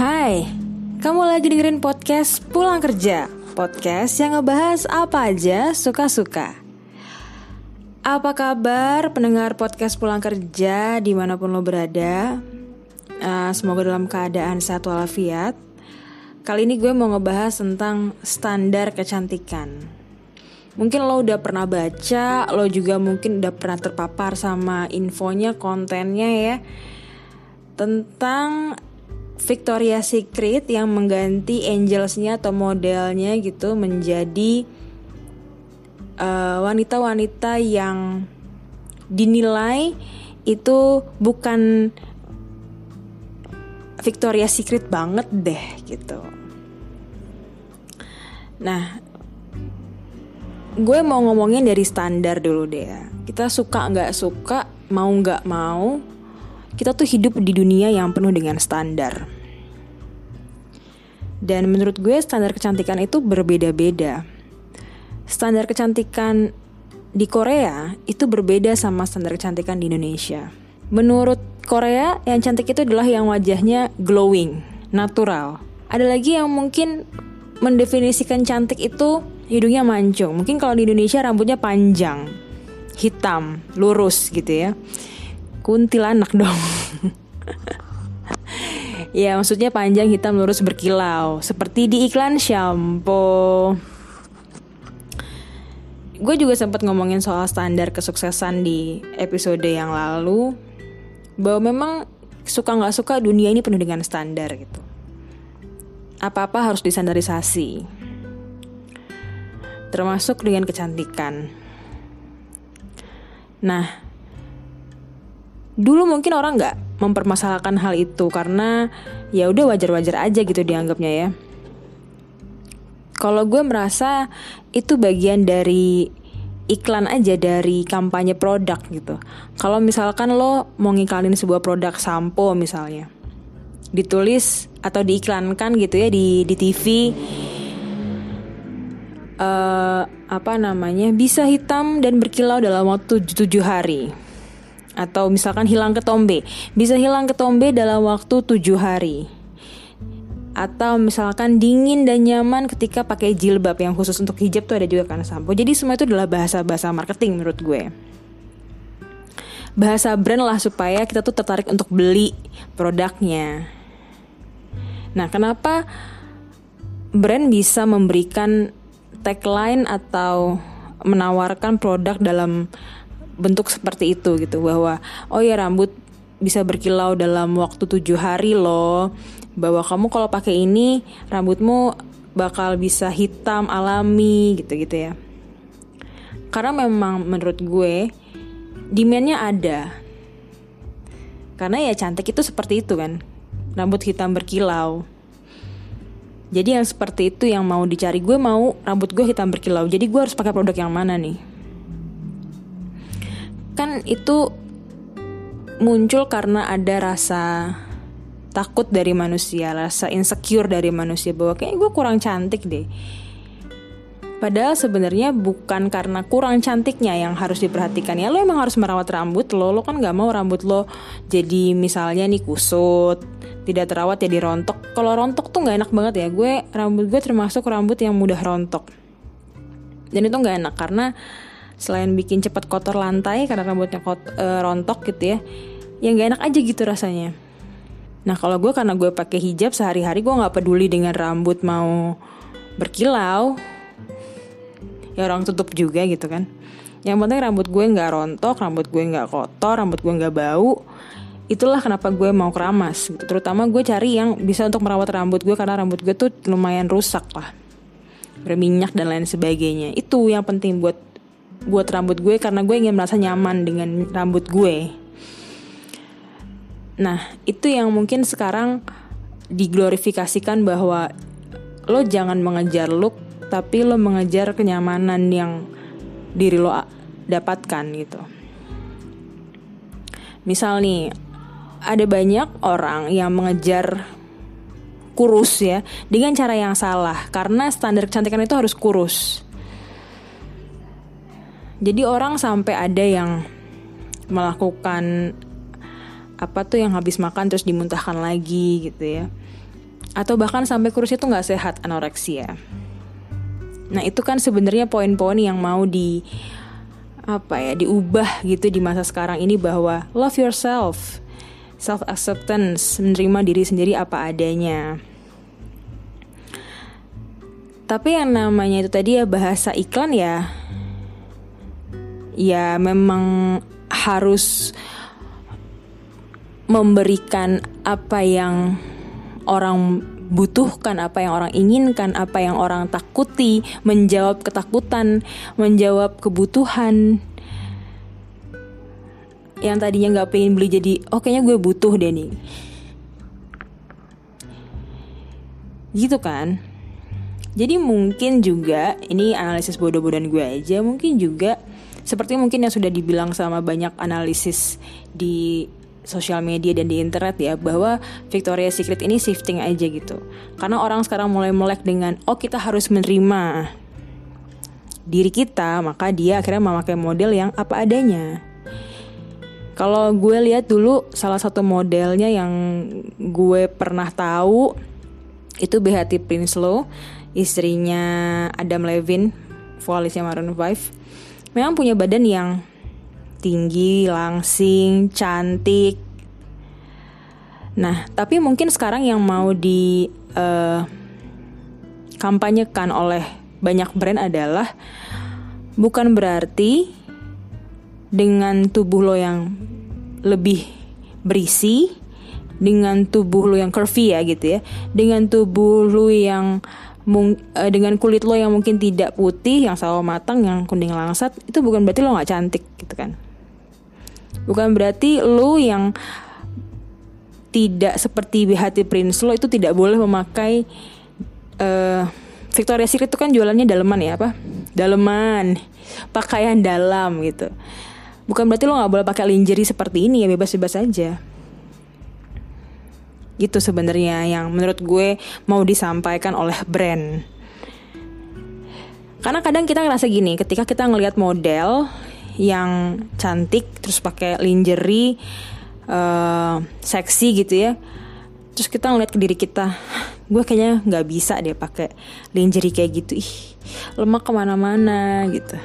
Hai, kamu lagi dengerin podcast Pulang Kerja. Podcast yang ngebahas apa aja suka-suka. Apa kabar pendengar podcast Pulang Kerja dimanapun lo berada? Semoga dalam keadaan sehat walafiat. Kali ini gue mau ngebahas tentang standar kecantikan. Mungkin lo udah pernah baca, lo juga mungkin udah pernah terpapar sama infonya, kontennya ya, tentang Victoria's Secret yang mengganti angelsnya atau modelnya gitu menjadi wanita-wanita yang dinilai itu bukan Victoria's Secret banget deh gitu. Nah, gue mau ngomongin dari standar dulu deh ya. Kita suka gak suka, mau gak mau, kita tuh hidup di dunia yang penuh dengan standar. Dan menurut gue standar kecantikan itu berbeda-beda. Standar kecantikan di Korea itu berbeda sama standar kecantikan di Indonesia. Menurut Korea, yang cantik itu adalah yang wajahnya glowing, natural. Ada lagi yang mungkin mendefinisikan cantik itu hidungnya mancung. Mungkin kalau di Indonesia rambutnya panjang, hitam, lurus gitu ya. Kuntilanak dong. Ya maksudnya panjang, hitam, lurus, berkilau, seperti di iklan shampoo. Gue juga sempat ngomongin soal standar kesuksesan di episode yang lalu, bahwa memang suka gak suka dunia ini penuh dengan standar gitu. Apa-apa harus distandarisasi, termasuk dengan kecantikan. Nah, dulu mungkin orang nggak mempermasalahkan hal itu karena ya udah wajar-wajar aja gitu dianggapnya ya. Kalau gue merasa itu bagian dari iklan aja, dari kampanye produk gitu. Kalau misalkan lo mau ngiklanin sebuah produk sampo misalnya, ditulis atau diiklankan gitu ya di TV, bisa hitam dan berkilau dalam waktu 7 hari. Atau misalkan hilang ketombe, bisa hilang ketombe dalam waktu 7 hari. Atau misalkan dingin dan nyaman ketika pakai jilbab, yang khusus untuk hijab tuh ada juga kan sampo. Jadi semua itu adalah bahasa-bahasa marketing menurut gue. Bahasa brand lah supaya kita tuh tertarik untuk beli produknya. Nah, kenapa brand bisa memberikan tagline atau menawarkan produk dalam bentuk seperti itu gitu, bahwa oh ya rambut bisa berkilau dalam waktu 7 hari loh, bahwa kamu kalau pakai ini rambutmu bakal bisa hitam alami gitu-gitu ya. Karena memang menurut gue demand-nya ada. Karena ya cantik itu seperti itu kan, rambut hitam berkilau. Jadi yang seperti itu yang mau dicari. Gue mau rambut gue hitam berkilau, jadi gue harus pakai produk yang mana nih? Kan itu muncul karena ada rasa takut dari manusia, rasa insecure dari manusia, bahwa kayaknya gue kurang cantik deh. Padahal sebenarnya bukan karena kurang cantiknya yang harus diperhatikan. Ya lo emang harus merawat rambut lo. Lo kan gak mau rambut lo jadi misalnya nih kusut, tidak terawat jadi rontok. Kalau rontok tuh gak enak banget ya. Rambut gue termasuk rambut yang mudah rontok. Dan itu gak enak karena selain bikin cepat kotor lantai karena rambutnya rontok gitu ya, yang gak enak aja gitu rasanya. Nah kalau gue, karena gue pakai hijab sehari-hari, gue gak peduli dengan rambut mau berkilau, ya orang tutup juga gitu kan. Yang penting rambut gue gak rontok, rambut gue gak kotor, rambut gue gak bau. Itulah kenapa gue mau keramas gitu. Terutama gue cari yang bisa untuk merawat rambut gue, karena rambut gue tuh lumayan rusak lah, berminyak dan lain sebagainya. Itu yang penting buat rambut gue, karena gue ingin merasa nyaman dengan rambut gue. Nah, itu yang mungkin sekarang diglorifikasikan, bahwa lo jangan mengejar look, tapi lo mengejar kenyamanan yang diri lo dapatkan gitu. Misal nih, ada banyak orang yang mengejar kurus ya, dengan cara yang salah, karena standar kecantikan itu harus kurus. Jadi orang sampai ada yang melakukan apa tuh yang habis makan terus dimuntahkan lagi gitu ya. atau bahkan sampai kurus itu nggak sehat, anoreksia. Nah itu kan sebenarnya poin-poin yang mau diubah gitu di masa sekarang ini, bahwa love yourself, self acceptance, menerima diri sendiri apa adanya. Tapi yang namanya itu tadi ya bahasa iklan ya memang harus memberikan apa yang orang butuhkan, apa yang orang inginkan, apa yang orang takuti, menjawab ketakutan, menjawab kebutuhan. Yang tadinya gak pengen beli jadi, kayaknya gue butuh deh nih. Gitu kan. Jadi mungkin juga, ini analisis bodoh-bodohan gue aja, mungkin juga seperti mungkin yang sudah dibilang sama banyak analisis di sosial media dan di internet ya, bahwa Victoria's Secret ini shifting aja gitu. Karena orang sekarang mulai melek dengan kita harus menerima diri kita, maka dia akhirnya memakai model yang apa adanya. Kalau gue lihat dulu salah satu modelnya yang gue pernah tahu itu BHT Prinsloo, istrinya Adam Levine, vokalisnya Maroon 5. Memang punya badan yang tinggi, langsing, cantik. Nah, tapi mungkin sekarang yang mau kampanyekan oleh banyak brand adalah bukan berarti dengan tubuh lo yang lebih berisi, dengan tubuh lo yang curvy ya gitu ya, dengan tubuh lo yang dengan kulit lo yang mungkin tidak putih, yang sawo matang, yang kuning langsat, itu bukan berarti lo gak cantik gitu kan. Bukan berarti lo yang tidak seperti BHT Prinsloo itu tidak boleh memakai Victoria's Secret itu kan jualannya daleman ya, daleman, pakaian dalam gitu. Bukan berarti lo gak boleh pakai lingerie seperti ini ya, bebas-bebas aja. Gitu sebenarnya yang menurut gue mau disampaikan oleh brand. Karena kadang kita ngerasa gini, ketika kita ngelihat model yang cantik terus pakai lingerie seksi gitu ya, terus kita ngeliat ke diri kita, gue kayaknya nggak bisa deh pakai lingerie kayak gitu, lemak kemana-mana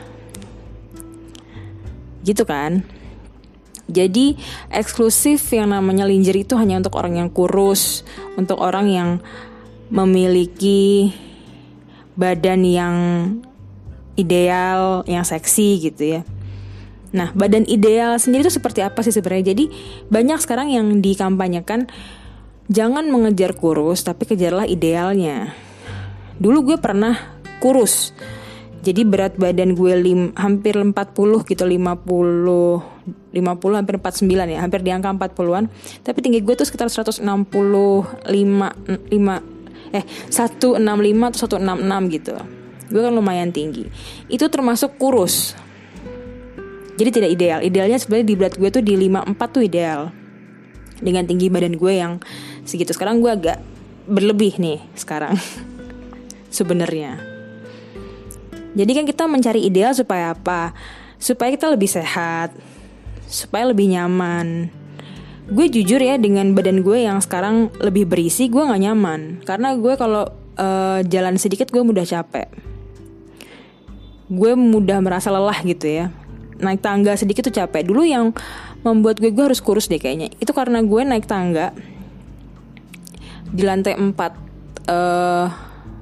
gitu kan. Jadi eksklusif yang namanya lingerie itu hanya untuk orang yang kurus, untuk orang yang memiliki badan yang ideal, yang seksi gitu ya. Nah, badan ideal sendiri itu seperti apa sih sebenarnya? Jadi banyak sekarang yang dikampanyekan, jangan mengejar kurus, tapi kejarlah idealnya. Dulu gue pernah kurus, jadi berat badan gue hampir 40 gitu, 50 hampir 49 ya, hampir di angka 40-an. Tapi tinggi gue tuh sekitar 165 atau 166 gitu. Gue kan lumayan tinggi. Itu termasuk kurus. Jadi tidak ideal. Idealnya sebenarnya di berat gue tuh di 54 tuh ideal. Dengan tinggi badan gue yang segitu. Sekarang gue agak berlebih nih sekarang. Sebenarnya. Jadi kan kita mencari ideal supaya apa? Supaya kita lebih sehat, supaya lebih nyaman. Gue jujur ya, dengan badan gue yang sekarang lebih berisi, gue gak nyaman. Karena gue kalau jalan sedikit gue mudah capek. Gue mudah merasa lelah gitu ya. Naik tangga sedikit tuh capek. Dulu yang membuat gue harus kurus deh kayaknya, itu karena gue naik tangga di lantai 4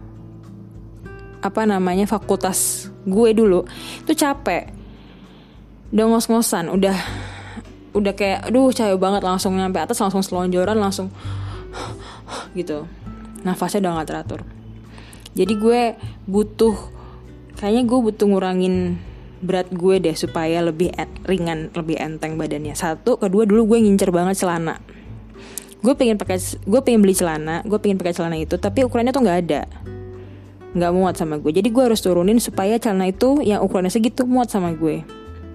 fakultas gue dulu itu capek, udah ngos-ngosan, udah kayak capek banget, langsung nyampe atas langsung selonjoran, langsung gitu, nafasnya udah gak teratur. Jadi gue kayaknya gue butuh ngurangin berat gue deh supaya lebih ringan, lebih enteng badannya. Satu, kedua, dulu gue ngincer banget celana. Gue pengen beli celana, gue pengen pakai celana itu, tapi ukurannya tuh nggak ada. Nggak muat sama gue. Jadi gue harus turunin supaya celana itu yang ukurannya segitu muat sama gue.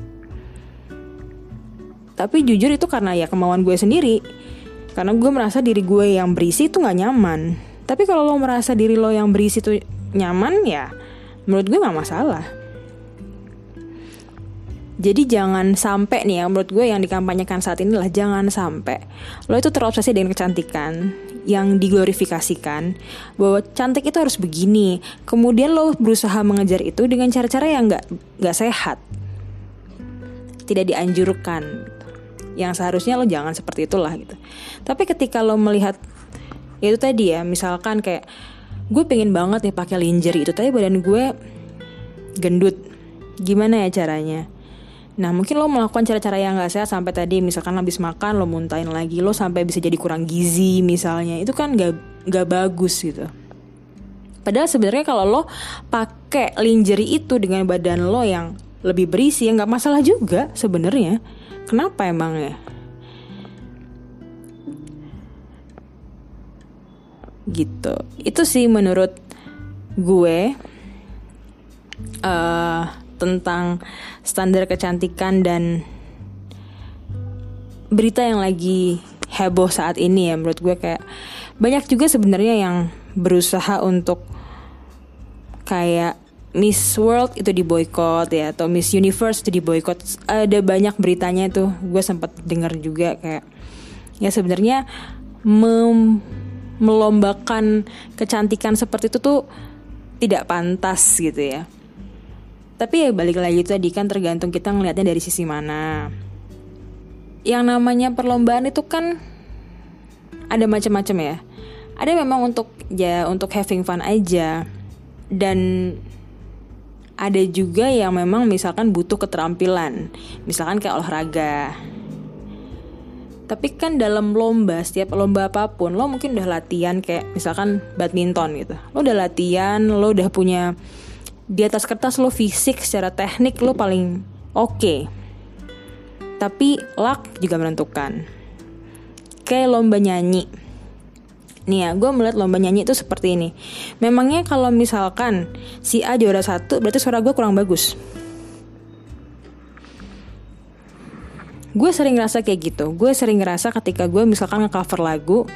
Tapi jujur itu karena ya kemauan gue sendiri. Karena gue merasa diri gue yang berisi itu gak nyaman. Tapi kalau lo merasa diri lo yang berisi itu nyaman, ya menurut gue gak masalah. Jadi jangan sampai nih ya, menurut gue yang dikampanyekan saat ini lah, jangan sampai lo itu terobsesi dengan kecantikan yang diglorifikasikan, bahwa cantik itu harus begini, kemudian lo berusaha mengejar itu dengan cara-cara yang nggak sehat, tidak dianjurkan. Yang seharusnya lo jangan seperti itulah gitu. Tapi ketika lo melihat itu tadi ya, misalkan kayak gue pengen banget nih pakai lingerie itu, tapi badan gue gendut, gimana ya caranya? Nah mungkin lo melakukan cara-cara yang gak sehat sampai tadi misalkan habis makan lo muntahin lagi, lo sampai bisa jadi kurang gizi misalnya, itu kan gak bagus gitu. Padahal sebenarnya kalau lo pakai lingerie itu dengan badan lo yang lebih berisi, ya gak masalah juga sebenarnya. Kenapa emang ya? Gitu. Itu sih menurut gue tentang standar kecantikan dan berita yang lagi heboh saat ini ya. Menurut gue kayak banyak juga sebenarnya yang berusaha untuk kayak Miss World itu diboikot ya, atau Miss Universe itu diboikot. Ada banyak beritanya itu, gue sempat dengar juga kayak ya sebenarnya melombakan kecantikan seperti itu tuh tidak pantas gitu ya. Tapi ya balik lagi tadi kan tergantung kita ngelihatnya dari sisi mana. Yang namanya perlombaan itu kan ada macam-macam ya. Ada memang untuk having fun aja, dan ada juga yang memang misalkan butuh keterampilan, misalkan kayak olahraga. Tapi kan dalam lomba, setiap lomba apapun, lo mungkin udah latihan kayak misalkan badminton gitu. Lo udah latihan, lo udah punya di atas kertas lo fisik secara teknik lo paling oke. Tapi luck juga menentukan. Kayak lomba nyanyi. Nih ya, gue melihat lomba nyanyi itu seperti ini. Memangnya kalau misalkan si A juara 1, berarti suara gue kurang bagus. Gue sering ngerasa kayak gitu. Gue sering ngerasa ketika gue misalkan nge-cover lagu,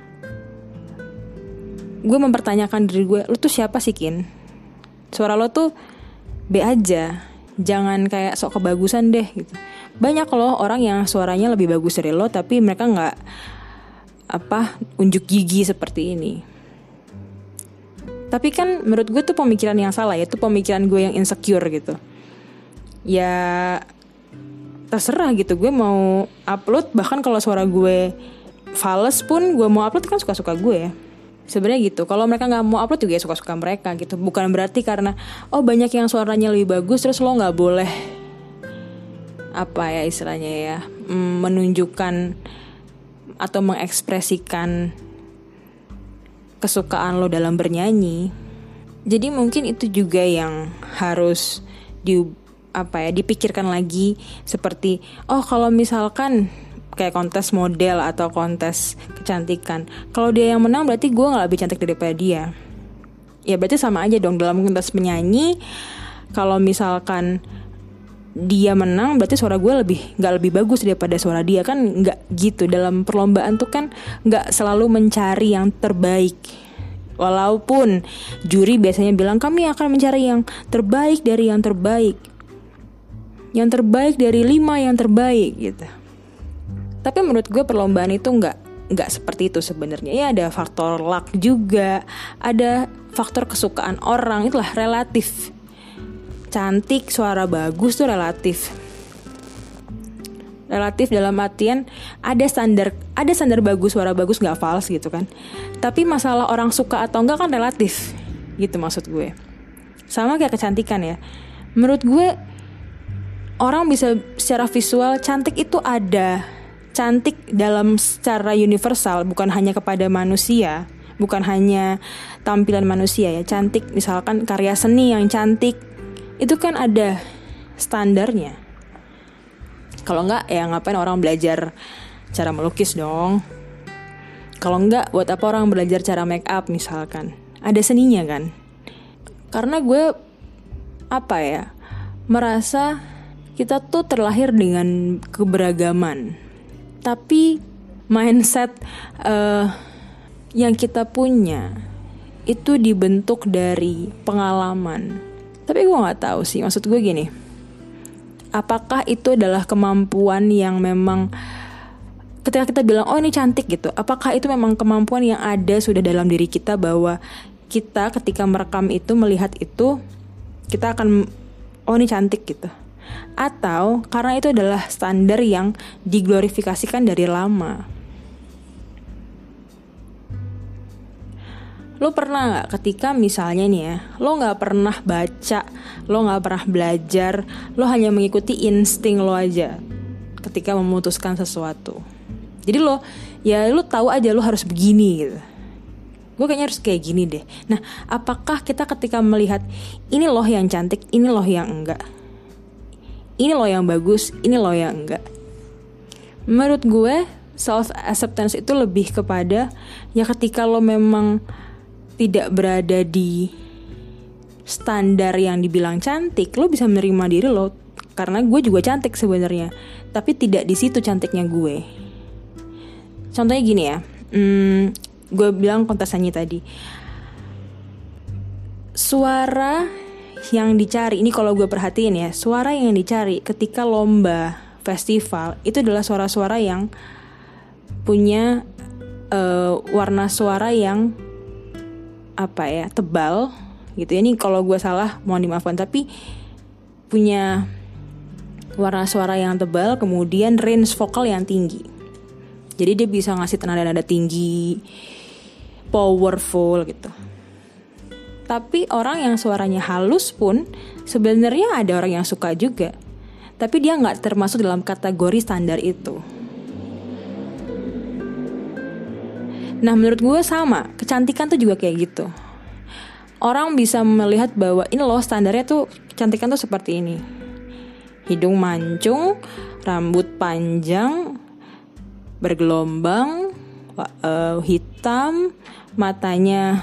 gue mempertanyakan diri gue, lu tuh siapa sih Kin? Suara lo tuh B aja, jangan kayak sok kebagusan deh gitu. Banyak loh orang yang suaranya lebih bagus dari lo, tapi mereka gak unjuk gigi seperti ini. Tapi kan menurut gue tuh pemikiran yang salah ya, itu pemikiran gue yang insecure gitu. Ya terserah gitu, gue mau upload, bahkan kalau suara gue fals pun gue mau upload kan suka-suka gue ya. Sebenarnya gitu. Kalau mereka nggak mau upload juga ya suka-suka mereka gitu. Bukan berarti karena banyak yang suaranya lebih bagus terus lo nggak boleh istilahnya ya, menunjukkan atau mengekspresikan kesukaan lo dalam bernyanyi. Jadi mungkin itu juga yang harus dipikirkan lagi, seperti kalau misalkan kayak kontes model atau kontes kecantikan, kalau dia yang menang berarti gue gak lebih cantik daripada dia. Ya berarti sama aja dong dalam kontes penyanyi. Kalau misalkan dia menang berarti suara gue gak lebih bagus daripada suara dia. Kan gak gitu. Dalam perlombaan tuh kan gak selalu mencari yang terbaik. Walaupun juri biasanya bilang kami akan mencari yang terbaik dari yang terbaik, yang terbaik dari 5 yang terbaik gitu. Tapi menurut gue perlombaan itu nggak seperti itu sebenarnya. Ya ada faktor luck juga, ada faktor kesukaan orang, itulah relatif. Cantik, suara bagus tuh relatif. Relatif dalam artian ada standar bagus, suara bagus nggak fals gitu kan. Tapi masalah orang suka atau enggak kan relatif, gitu maksud gue. Sama kayak kecantikan ya. Menurut gue orang bisa secara visual cantik itu ada. Cantik dalam secara universal, bukan hanya kepada manusia, bukan hanya tampilan manusia ya. Cantik misalkan karya seni yang cantik, itu kan ada standarnya. Kalau enggak ya ngapain orang belajar cara melukis dong. Kalau enggak buat apa orang belajar cara make up misalkan. Ada seninya kan. Karena gue merasa kita tuh terlahir dengan keberagaman. Tapi mindset yang kita punya itu dibentuk dari pengalaman. Tapi gue nggak tahu sih, maksud gue gini, apakah itu adalah kemampuan yang memang ketika kita bilang oh ini cantik gitu, apakah itu memang kemampuan yang ada sudah dalam diri kita, bahwa kita ketika merekam itu, melihat itu, kita akan oh ini cantik gitu, atau karena itu adalah standar yang diglorifikasikan dari lama. Lo pernah gak ketika misalnya nih ya, lo gak pernah baca, lo gak pernah belajar, lo hanya mengikuti insting lo aja ketika memutuskan sesuatu. Jadi lo tahu aja lo harus begini gitu. Gue kayaknya harus kayak gini deh. Nah, apakah kita ketika melihat ini loh yang cantik, ini loh yang enggak, ini loh yang bagus, ini loh yang enggak. Menurut gue self acceptance itu lebih kepada ya ketika lo memang tidak berada di standar yang dibilang cantik, lo bisa menerima diri lo. Karena gue juga cantik sebenarnya, tapi tidak di situ cantiknya gue. Contohnya gini ya, gue bilang kontes nyanyi tadi. Suara yang dicari, ini kalau gue perhatiin ya, suara yang dicari ketika lomba festival itu adalah suara-suara yang punya warna suara yang tebal gitu ya. Ini kalau gue salah mohon dimaafkan, tapi punya warna suara yang tebal, kemudian range vokal yang tinggi. Jadi dia bisa ngasih nada-nada tinggi, powerful gitu. Tapi orang yang suaranya halus pun sebenarnya ada orang yang suka juga, tapi dia gak termasuk dalam kategori standar itu. Nah menurut gue sama, kecantikan tuh juga kayak gitu. Orang bisa melihat bahwa ini loh standarnya tuh, kecantikan tuh seperti ini. Hidung mancung, rambut panjang, bergelombang, hitam, matanya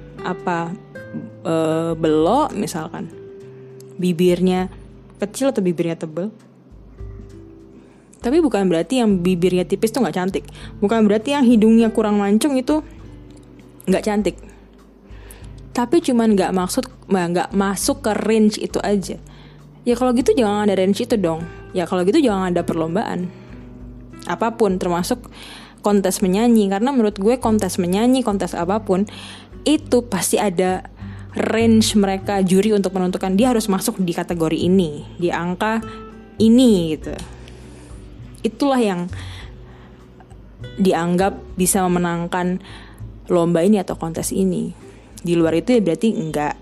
belok misalkan, bibirnya kecil atau bibirnya tebal. Tapi bukan berarti yang bibirnya tipis tuh gak cantik, bukan berarti yang hidungnya kurang mancung itu gak cantik. Tapi cuman gak masuk ke range itu aja. Ya kalau gitu jangan ada range itu dong. Ya kalau gitu jangan ada perlombaan apapun, termasuk kontes menyanyi. Karena menurut gue kontes menyanyi, kontes apapun, itu pasti ada range mereka juri untuk menentukan dia harus masuk di kategori ini, di angka ini gitu. Itulah yang dianggap bisa memenangkan lomba ini atau kontes ini. Di luar itu ya berarti enggak.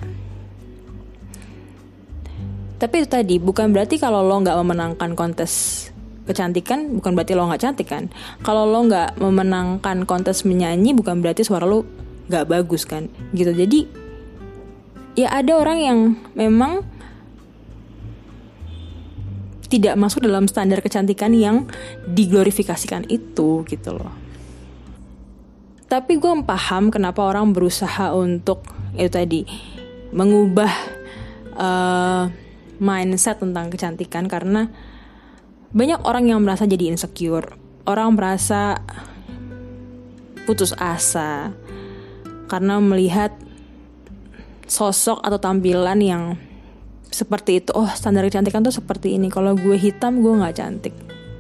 Tapi itu tadi, bukan berarti kalau lo gak memenangkan kontes kecantikan bukan berarti lo gak cantik kan. Kalau lo gak memenangkan kontes menyanyi bukan berarti suara lo gak bagus kan gitu. Jadi ya ada orang yang memang tidak masuk dalam standar kecantikan yang diglorifikasikan itu gitu loh. Tapi gue paham kenapa orang berusaha untuk itu tadi mengubah mindset tentang kecantikan, karena banyak orang yang merasa jadi insecure, orang merasa putus asa karena melihat sosok atau tampilan yang seperti itu. Oh, standar kecantikan tuh seperti ini. Kalau gue hitam gue gak cantik,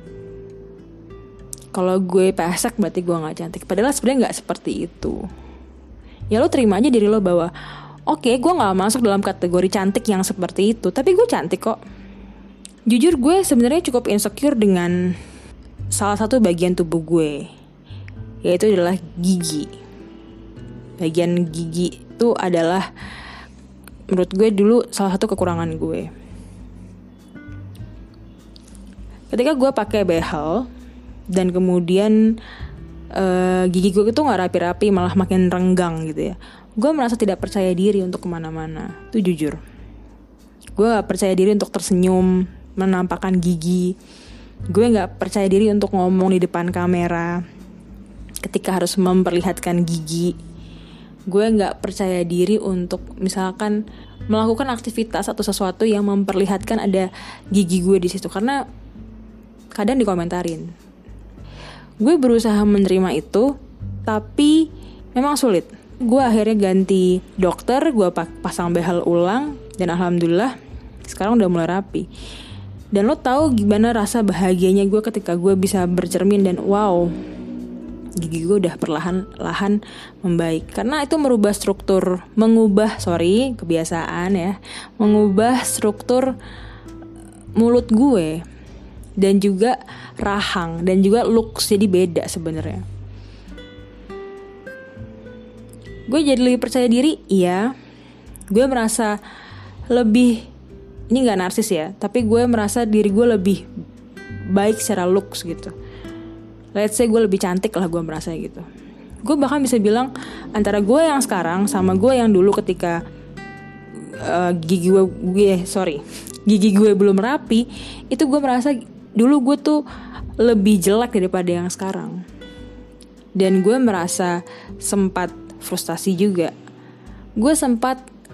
kalau gue pesek berarti gue gak cantik. Padahal sebenarnya gak seperti itu. Ya lo terima aja diri lo bahwa oke, gue gak masuk dalam kategori cantik yang seperti itu, tapi gue cantik kok. Jujur gue sebenarnya cukup insecure dengan salah satu bagian tubuh gue, yaitu adalah gigi. Bagian gigi itu adalah menurut gue dulu salah satu kekurangan gue. Ketika gue pakai behel dan kemudian gigi gue itu gak rapi-rapi, malah makin renggang gitu ya, gue merasa tidak percaya diri untuk kemana-mana. Itu jujur. Gue gak percaya diri untuk tersenyum, menampakkan gigi. Gue gak percaya diri untuk ngomong di depan kamera ketika harus memperlihatkan gigi. Gue gak percaya diri untuk misalkan melakukan aktivitas atau sesuatu yang memperlihatkan ada gigi gue di situ, karena kadang dikomentarin. Gue berusaha menerima itu, tapi memang sulit. Gue akhirnya ganti dokter, gue pasang behel ulang, dan alhamdulillah sekarang udah mulai rapi. Dan lo tahu gimana rasa bahagianya gue ketika gue bisa bercermin dan wow, gigi gue udah perlahan-lahan membaik. Karena itu mengubah kebiasaan ya, mengubah struktur mulut gue dan juga rahang dan juga looks, jadi beda sebenarnya. Gue jadi lebih percaya diri, iya. Gue merasa lebih, ini gak narsis ya, tapi gue merasa diri gue lebih baik secara looks gitu. Let's say gue lebih cantik lah, gue merasa gitu. Gue bahkan bisa bilang antara gue yang sekarang sama gue yang dulu ketika gigi gue belum rapi, itu gue merasa dulu gue tuh lebih jelek daripada yang sekarang. Dan gue merasa sempat frustasi juga. Gue sempat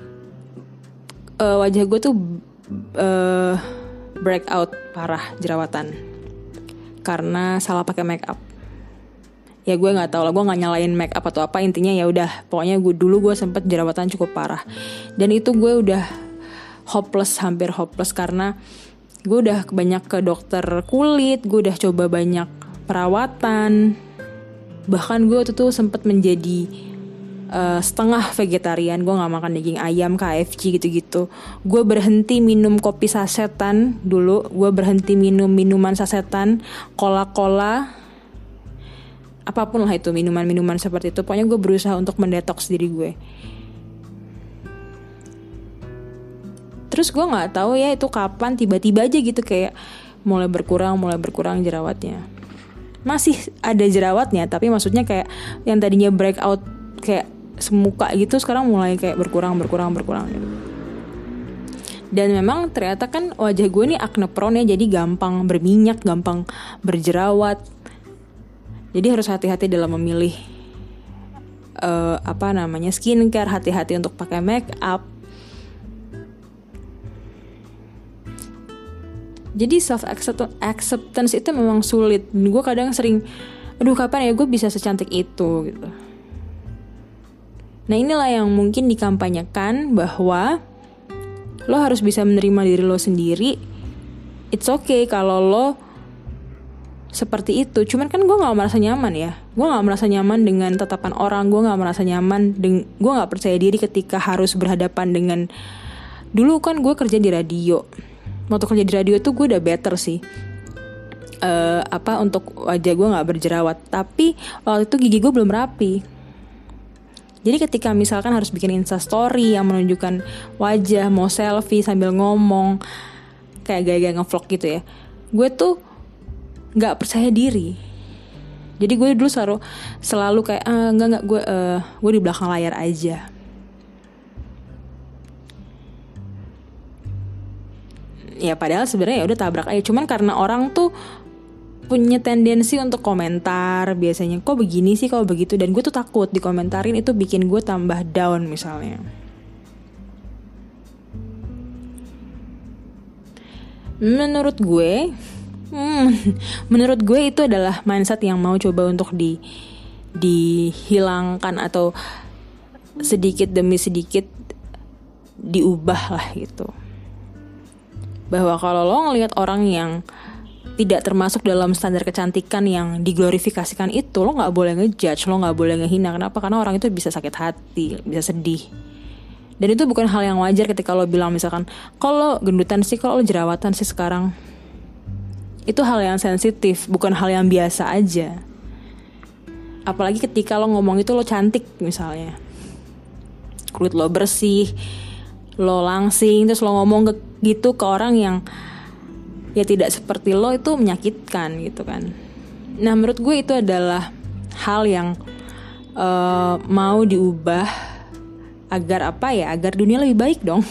wajah gue tuh breakout parah jerawatan karena salah pakai make up. Ya gue nggak tahu lah, gue nggak nyalain make up atau apa, intinya ya udah pokoknya gue sempat jerawatan cukup parah. Dan itu gue udah hampir hopeless karena gue udah banyak ke dokter kulit, gue udah coba banyak perawatan, bahkan gue tuh sempat menjadi setengah vegetarian. Gue nggak makan daging ayam, KFC gitu-gitu. Gue berhenti minum kopi sasetan dulu. Gue berhenti minum minuman sasetan, cola, apapun lah itu, minuman seperti itu. Pokoknya gue berusaha untuk mendetoks diri gue. Terus gue nggak tahu ya itu kapan tiba-tiba aja gitu kayak mulai berkurang jerawatnya. Masih ada jerawatnya, tapi maksudnya kayak yang tadinya breakout kayak semuka gitu, sekarang mulai kayak berkurang gitu. Dan memang ternyata kan wajah gue ini acne prone ya, jadi gampang berminyak, gampang berjerawat. Jadi harus hati-hati dalam memilih skincare, hati-hati untuk pakai make up. Jadi self acceptance itu memang sulit. Gue kadang sering, aduh kapan ya gue bisa secantik itu gitu. Nah inilah yang mungkin dikampanyekan bahwa lo harus bisa menerima diri lo sendiri. It's okay kalau lo seperti itu. Cuman kan gue gak merasa nyaman ya. Gue gak merasa nyaman dengan tatapan orang. Gue gak merasa nyaman. Gue gak percaya diri ketika harus berhadapan dengan. Dulu kan gue kerja di radio. Waktu kerja di radio tuh gue udah better sih. Untuk wajah gue gak berjerawat. Tapi waktu itu gigi gue belum rapi. Jadi ketika misalkan harus bikin instastory yang menunjukkan wajah, mau selfie sambil ngomong, kayak gaya-gaya ngevlog gitu ya, gue tuh gak percaya diri. Jadi gue dulu selalu kayak enggak gue di belakang layar aja. Ya padahal sebenarnya ya udah tabrak aja. Cuman karena orang tuh punya tendensi untuk komentar biasanya, kok begini sih, kok begitu, dan gue tuh takut dikomentarin, itu bikin gue tambah down misalnya. Menurut gue itu adalah mindset yang mau coba untuk dihilangkan atau sedikit demi sedikit diubah lah gitu. Bahwa kalau lo ngelihat orang yang tidak termasuk dalam standar kecantikan yang diglorifikasikan itu, lo gak boleh ngejudge, lo gak boleh ngehina. Kenapa? Karena orang itu bisa sakit hati, bisa sedih. Dan itu bukan hal yang wajar ketika lo bilang misalkan, kalau gendutan sih, kalau jerawatan sih sekarang. Itu hal yang sensitif, bukan hal yang biasa aja. Apalagi ketika lo ngomong itu lo cantik misalnya, kulit lo bersih, lo langsing, terus lo ngomong gitu ke orang yang ya tidak seperti lo, itu menyakitkan gitu kan. Nah menurut gue itu adalah hal yang mau diubah agar agar dunia lebih baik dong.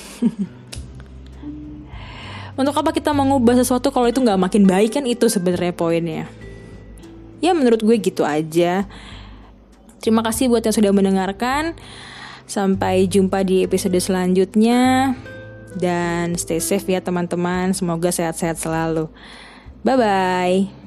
Untuk apa kita mengubah sesuatu kalau itu gak makin baik, kan itu sebenarnya poinnya. Ya menurut gue gitu aja. Terima kasih buat yang sudah mendengarkan. Sampai jumpa di episode selanjutnya. Dan stay safe ya teman-teman. Semoga sehat-sehat selalu. Bye-bye.